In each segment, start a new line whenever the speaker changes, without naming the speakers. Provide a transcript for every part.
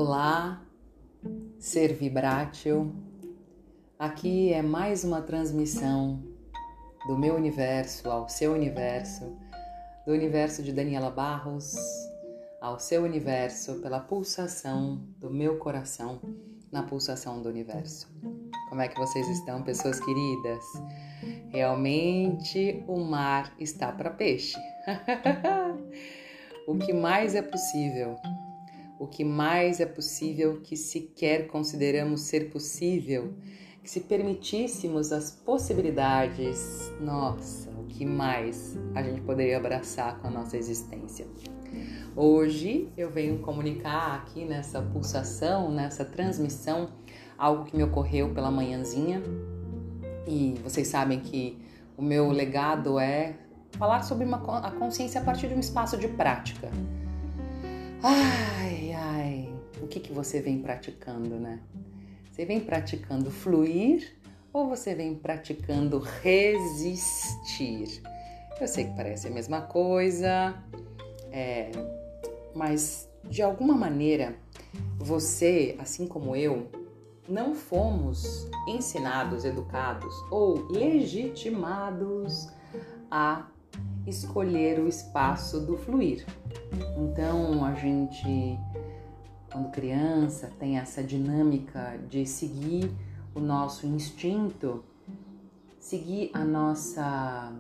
Olá, ser vibrátil. Aqui é mais uma transmissão do meu universo ao seu universo, do universo de Daniela Barros ao seu universo, pela pulsação do meu coração na pulsação do universo. Como é que vocês estão, pessoas queridas? Realmente o mar está para peixe. O que mais é possível? O que mais é possível que sequer consideramos ser possível? Que se permitíssemos as possibilidades, nossa, o que mais a gente poderia abraçar com a nossa existência? Hoje eu venho comunicar aqui nessa pulsação, nessa transmissão, algo que me ocorreu pela manhãzinha. E vocês sabem que o meu legado é falar sobre a consciência a partir de um espaço de prática. O que você vem praticando, né? Você vem praticando fluir ou você vem praticando resistir? Eu sei que parece a mesma coisa, mas de alguma maneira você, assim como eu, não fomos ensinados, educados ou legitimados a escolher o espaço do fluir. Então a gente, quando criança, tem essa dinâmica de seguir o nosso instinto, seguir a nossa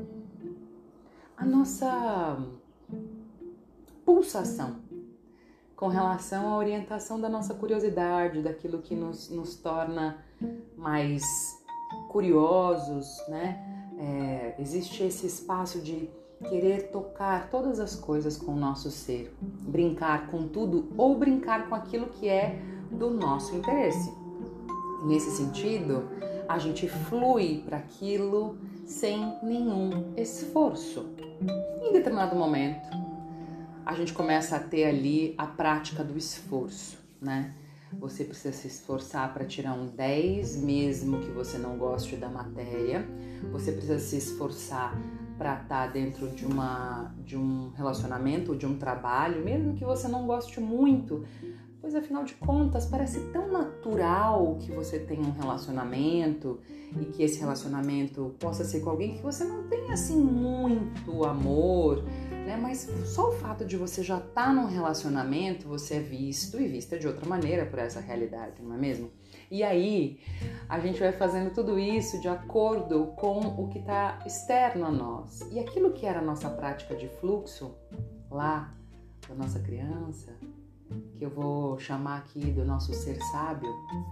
pulsação com relação à orientação da nossa curiosidade, daquilo que nos torna mais curiosos, né? Existe esse espaço de querer tocar todas as coisas com o nosso ser, brincar com tudo ou brincar com aquilo que é do nosso interesse. Nesse sentido, a gente flui para aquilo sem nenhum esforço. Em determinado momento, a gente começa a ter ali a prática do esforço, né? Você precisa se esforçar para tirar um 10, mesmo que você não goste da matéria. Você precisa se esforçar para estar dentro de um relacionamento, de um trabalho, mesmo que você não goste muito. Pois, afinal de contas, parece tão natural que você tenha um relacionamento e que esse relacionamento possa ser com alguém que você não tem, assim, muito amor, né? Mas só o fato de você já estar num relacionamento, você é visto e vista de outra maneira por essa realidade, não é mesmo? E aí, a gente vai fazendo tudo isso de acordo com o que está externo a nós. E aquilo que era a nossa prática de fluxo, lá, da nossa criança, que eu vou chamar aqui do nosso ser sábio,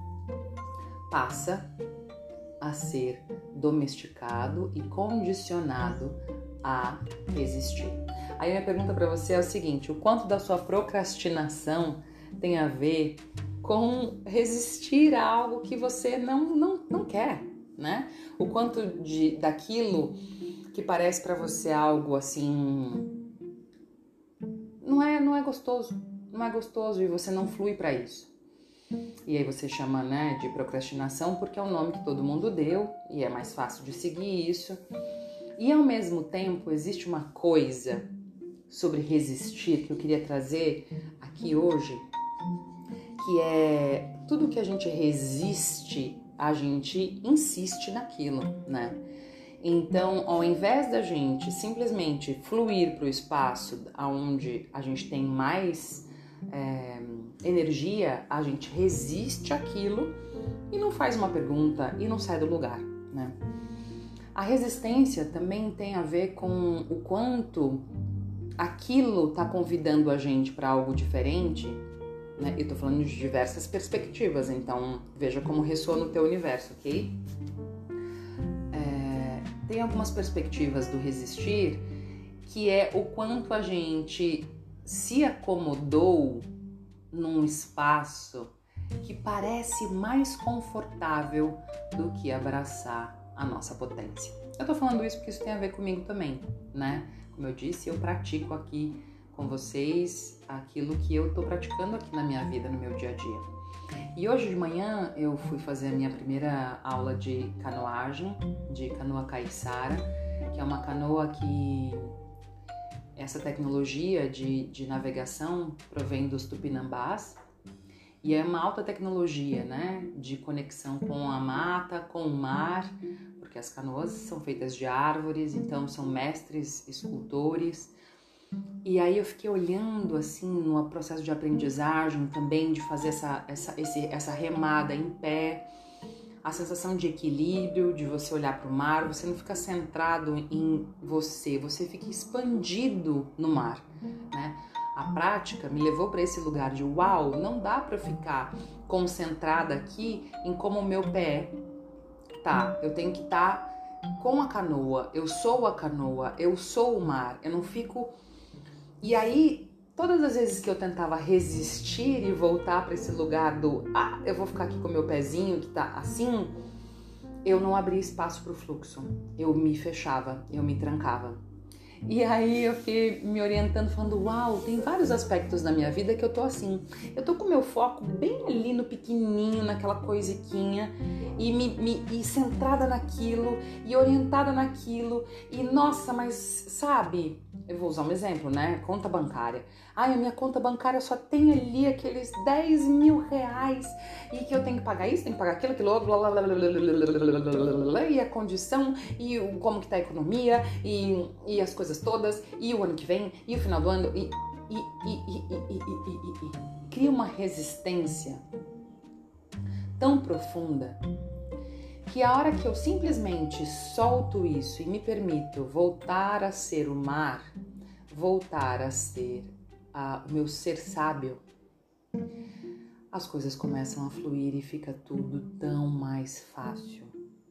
passa a ser domesticado e condicionado a existir. Aí minha pergunta para você é o seguinte: o quanto da sua procrastinação tem a ver com resistir a algo que você não quer, né? O quanto daquilo que parece para você algo assim não é gostoso, não é gostoso e você não flui para isso. E aí você chama, né, de procrastinação porque é o nome que todo mundo deu e é mais fácil de seguir isso. E ao mesmo tempo existe uma coisa sobre resistir que eu queria trazer aqui hoje, que é tudo que a gente resiste, a gente insiste naquilo, né? Então, ao invés da gente simplesmente fluir para o espaço onde a gente tem mais energia, a gente resiste àquilo e não faz uma pergunta e não sai do lugar, né? A resistência também tem a ver com o quanto aquilo está convidando a gente para algo diferente, né? Eu tô falando de diversas perspectivas, então veja como ressoa no teu universo, ok? Tem algumas perspectivas do resistir, que é o quanto a gente se acomodou num espaço que parece mais confortável do que abraçar a nossa potência. Eu tô falando isso porque isso tem a ver comigo também, né? Como eu disse, eu pratico aqui com vocês aquilo que eu tô praticando aqui na minha vida, no meu dia a dia. E hoje de manhã eu fui fazer a minha primeira aula de canoagem, de canoa caiçara, que é uma canoa que essa tecnologia de navegação provém dos tupinambás E é uma alta tecnologia, né? De conexão com a mata, com o mar, porque as canoas são feitas de árvores, então são mestres escultores. E aí eu fiquei olhando assim no processo de aprendizagem também, de fazer essa remada em pé, a sensação de equilíbrio, de você olhar para o mar, você não fica centrado em você fica expandido no mar, né? A prática me levou para esse lugar de uau, não dá para ficar concentrada aqui em como o meu pé tá, eu tenho que estar com a canoa, eu sou a canoa, eu sou o mar, eu não fico... E aí, todas as vezes que eu tentava resistir e voltar para esse lugar do eu vou ficar aqui com o meu pezinho que tá assim, eu não abria espaço para o fluxo, eu me fechava, eu me trancava. E aí eu fiquei me orientando, falando, uau, tem vários aspectos da minha vida que eu tô assim. Eu tô com o meu foco bem ali no pequenininho, naquela coisiquinha, e centrada naquilo, e orientada naquilo. E nossa, mas sabe, eu vou usar um exemplo, né? Conta bancária. Ai, a minha conta bancária só tem ali aqueles 10 mil reais, e que eu tenho que pagar isso, tenho que pagar aquilo, outro, blá, blá, blá, blá, blá, blá, e a condição, e como que tá a economia, e as coisas todas, e o ano que vem, e o final do ano, e cria uma resistência tão profunda que a hora que eu simplesmente solto isso e me permito voltar a ser o mar, voltar a ser o meu ser sábio, as coisas começam a fluir e fica tudo tão mais fácil.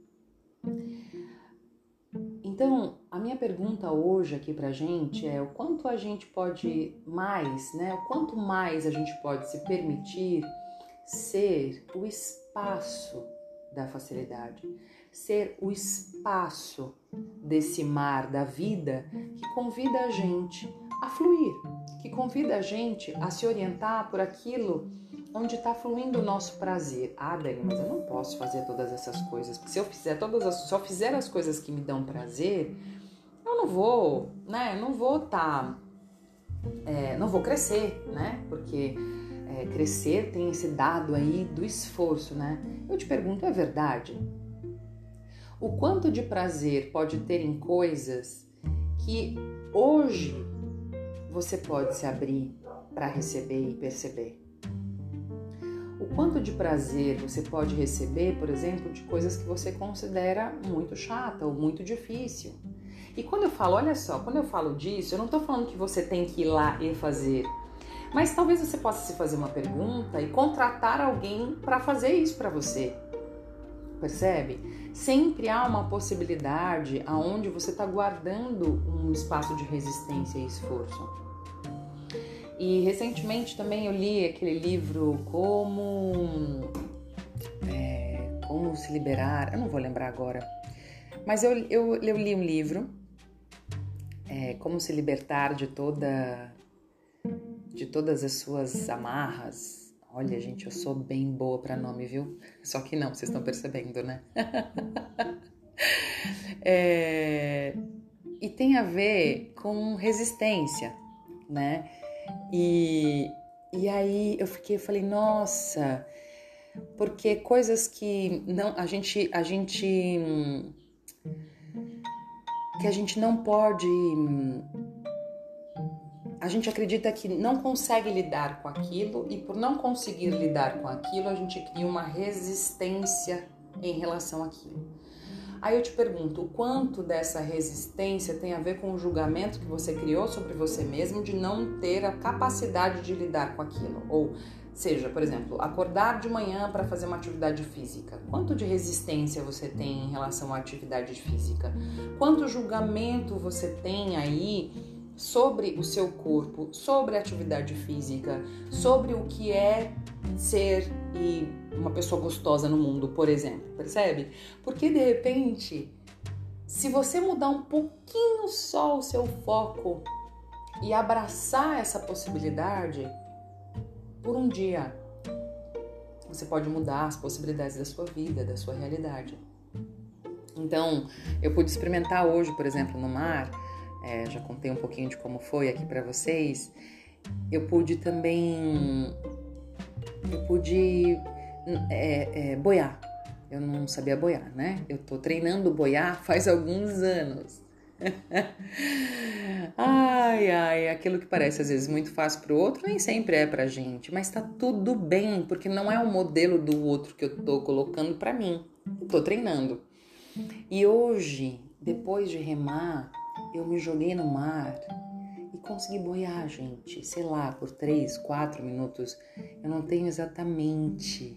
Então, a minha pergunta hoje aqui pra gente é o quanto a gente pode mais, né? O quanto mais a gente pode se permitir ser o espaço da facilidade, ser o espaço desse mar da vida que convida a gente a fluir, que convida a gente a se orientar por aquilo onde está fluindo o nosso prazer. Dani, mas eu não posso fazer todas essas coisas, porque se eu fizer as coisas que me dão prazer, eu não vou, né? Não vou não vou crescer, né? Porque crescer tem esse dado aí do esforço, né? Eu te pergunto, é verdade? O quanto de prazer pode ter em coisas que hoje você pode se abrir para receber e perceber? O quanto de prazer você pode receber, por exemplo, de coisas que você considera muito chata ou muito difícil? E quando eu falo, olha só, quando eu falo disso, eu não estou falando que você tem que ir lá e fazer, mas talvez você possa se fazer uma pergunta e contratar alguém para fazer isso para você. Percebe? Sempre há uma possibilidade aonde você está guardando um espaço de resistência e esforço. E recentemente também eu li aquele livro Como se liberar, eu não vou lembrar agora, mas eu li um livro, Como se libertar de todas as suas amarras. Olha, gente, eu sou bem boa para nome, viu? Só que não, vocês estão percebendo, né? E tem a ver com resistência, né? E aí eu falei, nossa, porque coisas que não, a gente não pode, a gente acredita que não consegue lidar com aquilo e por não conseguir lidar com aquilo, a gente cria uma resistência em relação àquilo. Aí eu te pergunto, o quanto dessa resistência tem a ver com o julgamento que você criou sobre você mesmo de não ter a capacidade de lidar com aquilo? Ou seja, por exemplo, acordar de manhã para fazer uma atividade física. Quanto de resistência você tem em relação à atividade física? Quanto julgamento você tem aí sobre o seu corpo, sobre a atividade física, sobre o que é ser uma pessoa gostosa no mundo, por exemplo, percebe? Porque de repente, se você mudar um pouquinho só o seu foco e abraçar essa possibilidade, por um dia, você pode mudar as possibilidades da sua vida, da sua realidade. Então, eu pude experimentar hoje, por exemplo, no mar, já contei um pouquinho de como foi aqui para vocês, eu pude também eu pude boiar. Eu não sabia boiar, né? Eu tô treinando boiar faz alguns anos. Ai, aquilo que parece às vezes muito fácil pro outro, nem sempre é pra gente. Mas tá tudo bem, porque não é o modelo do outro que eu tô colocando pra mim. Eu tô treinando. E hoje, depois de remar, eu me joguei no mar e consegui boiar, gente. Sei lá, por 3, 4 minutos. Eu não tenho exatamente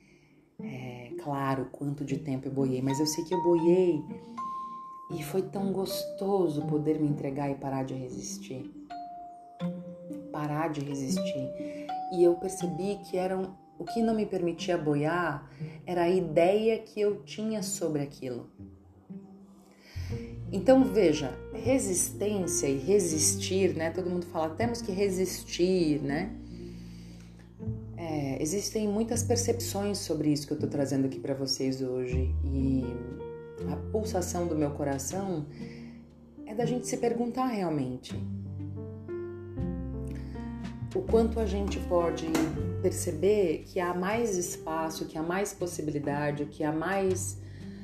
claro quanto de tempo eu boiei, mas eu sei que eu boiei e foi tão gostoso poder me entregar e parar de resistir. Parar de resistir. E eu percebi que o que não me permitia boiar era a ideia que eu tinha sobre aquilo. Então veja, resistência e resistir, né? Todo mundo fala, temos que resistir, né? Existem muitas percepções sobre isso que eu tô trazendo aqui para vocês hoje. E a pulsação do meu coração é da gente se perguntar realmente o quanto a gente pode perceber que há mais espaço, que há mais possibilidade, que é mais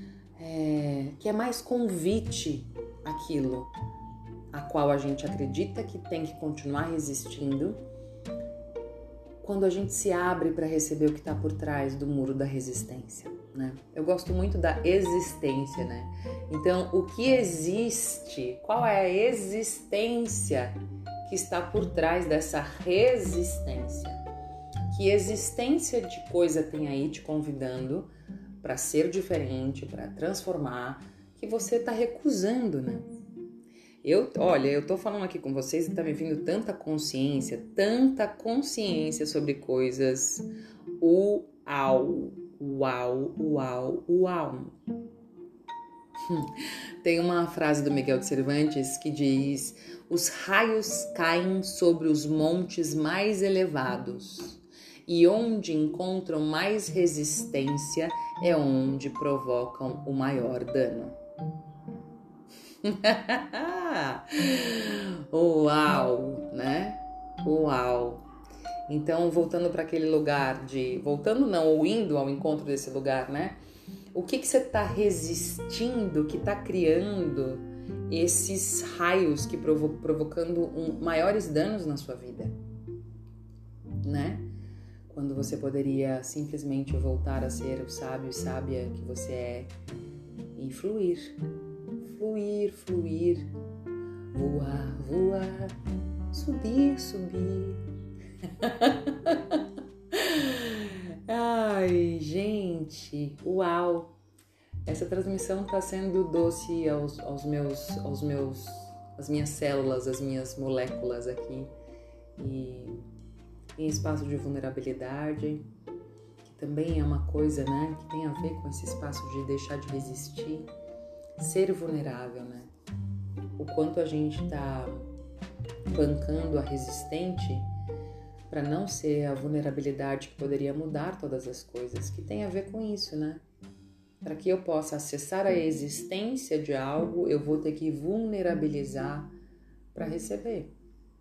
convite àquilo a qual a gente acredita que tem que continuar resistindo, quando a gente se abre para receber o que está por trás do muro da resistência, né? Eu gosto muito da existência, né? Então, o que existe? Qual é a existência que está por trás dessa resistência? Que existência de coisa tem aí te convidando para ser diferente, para transformar, que você está recusando, né? Eu tô falando aqui com vocês e tá me vindo tanta consciência sobre coisas. Uau. Tem uma frase do Miguel de Cervantes que diz: os raios caem sobre os montes mais elevados, e onde encontram mais resistência é onde provocam o maior dano. Uau, né? Uau. Então, voltando para aquele lugar ou indo ao encontro desse lugar, né? O que você está resistindo, que está criando esses raios que provocando maiores danos na sua vida, né? Quando você poderia simplesmente voltar a ser o sábio e sábia que você é e fluir, voar, subir. Ai, gente, uau! Essa transmissão tá sendo doce às minhas células, às minhas moléculas aqui. E em espaço de vulnerabilidade, que também é uma coisa, né, que tem a ver com esse espaço de deixar de resistir, ser vulnerável, né? O quanto a gente tá bancando a resistente para não ser a vulnerabilidade que poderia mudar todas as coisas, que tem a ver com isso, né? Para que eu possa acessar a existência de algo, eu vou ter que vulnerabilizar para receber.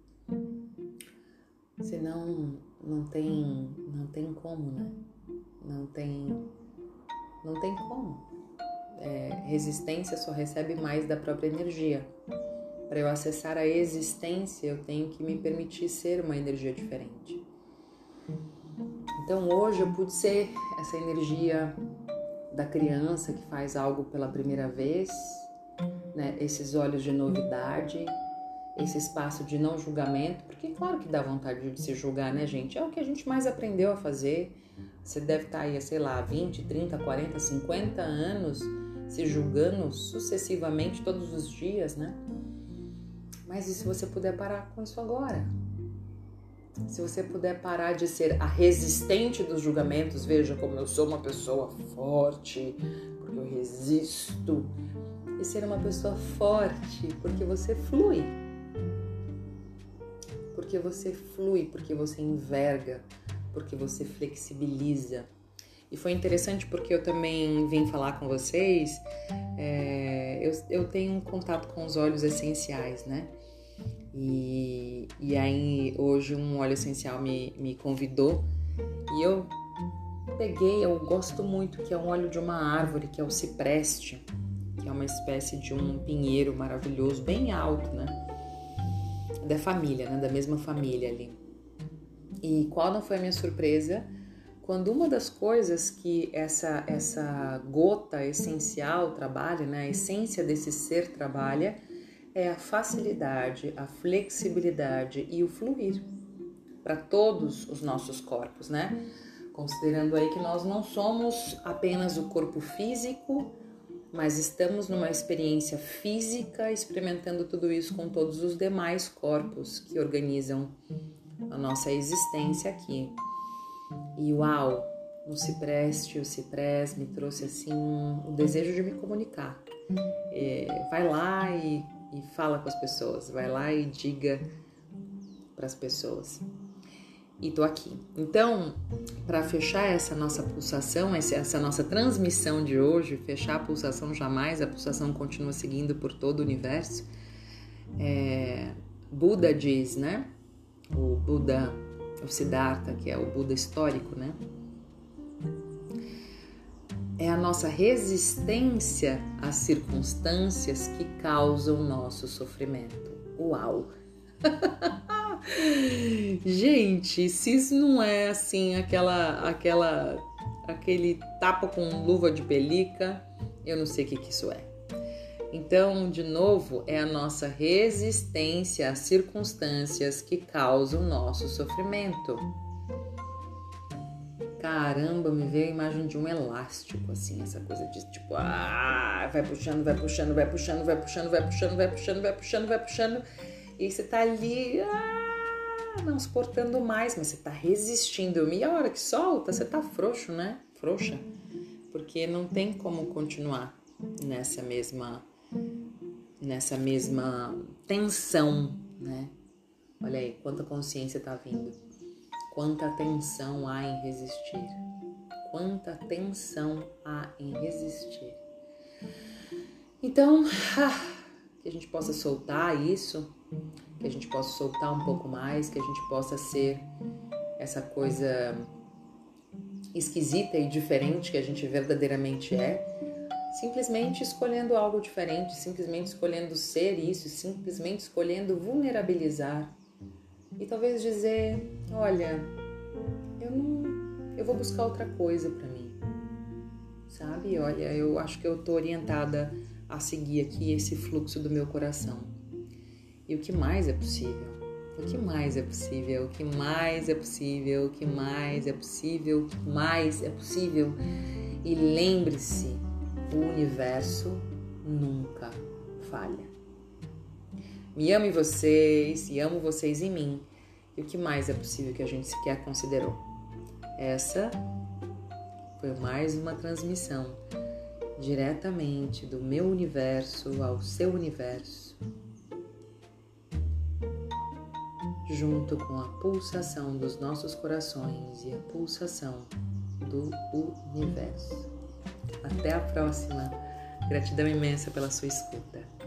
Senão não tem como, né? Não tem como. Resistência só recebe mais da própria energia. Para eu acessar a existência, eu tenho que me permitir ser uma energia diferente. Então hoje eu pude ser essa energia da criança que faz algo pela primeira vez, né? Esses olhos de novidade, esse espaço de não julgamento, porque claro que dá vontade de se julgar, né, gente? É o que a gente mais aprendeu a fazer. Você deve estar aí, sei lá, 20, 30, 40, 50 anos se julgando sucessivamente todos os dias, né? Mas e se você puder parar com isso agora? Se você puder parar de ser a resistente dos julgamentos, veja como eu sou uma pessoa forte, porque eu resisto, e ser uma pessoa forte, porque você flui. Porque você enverga, porque você flexibiliza. E foi interessante porque eu também vim falar com vocês, eu tenho um contato com os óleos essenciais, né? E aí hoje um óleo essencial me convidou E eu gosto muito, que é um óleo de uma árvore, que é o cipreste, que é uma espécie de um pinheiro maravilhoso, bem alto, né? Da família, né? Da mesma família ali. E qual não foi a minha surpresa quando uma das coisas que essa gota essencial trabalha, né? A essência desse ser trabalha é a facilidade, a flexibilidade e o fluir para todos os nossos corpos, né? Considerando aí que nós não somos apenas o corpo físico, mas estamos numa experiência física, experimentando tudo isso com todos os demais corpos que organizam a nossa existência aqui. E uau, o ciprés me trouxe assim o desejo de me comunicar. Vai lá e fala com as pessoas, vai lá e diga para as pessoas. E tô aqui. Então, para fechar essa nossa pulsação, essa nossa transmissão de hoje, fechar a pulsação jamais, a pulsação continua seguindo por todo o universo. Buda diz, né? O Buda, o Siddhartha, que é o Buda histórico, né? É a nossa resistência às circunstâncias que causam o nosso sofrimento. Uau! Gente, se isso não é assim aquele tapa com luva de pelica, eu não sei o que isso é. Então, de novo, é a nossa resistência às circunstâncias que causam o nosso sofrimento. Caramba, me veio a imagem de um elástico, assim, essa coisa de tipo, vai puxando, vai puxando, vai puxando, vai puxando, vai puxando, vai puxando, vai puxando, vai puxando, e você tá ali, não suportando mais, mas você tá resistindo. E a hora que solta, você tá frouxo, né? Frouxa, porque não tem como continuar nessa mesma tensão, né? Olha aí, quanta consciência tá vindo. Quanta tensão há em resistir. Quanta tensão há em resistir. Então, que a gente possa soltar isso, que a gente possa soltar um pouco mais, que a gente possa ser essa coisa esquisita e diferente que a gente verdadeiramente é, simplesmente escolhendo algo diferente, simplesmente escolhendo ser isso, simplesmente escolhendo vulnerabilizar e talvez dizer, olha, eu vou buscar outra coisa para mim, sabe? Olha, eu acho que eu tô orientada a seguir aqui esse fluxo do meu coração. E o que mais é possível? O que mais é possível? O que mais é possível? O que mais é possível? O que mais é possível? E lembre-se, o universo nunca falha. Me amo em vocês e amo vocês em mim. E o que mais é possível que a gente sequer considerou? Essa foi mais uma transmissão diretamente do meu universo ao seu universo, junto com a pulsação dos nossos corações e a pulsação do universo. Até a próxima. Gratidão imensa pela sua escuta.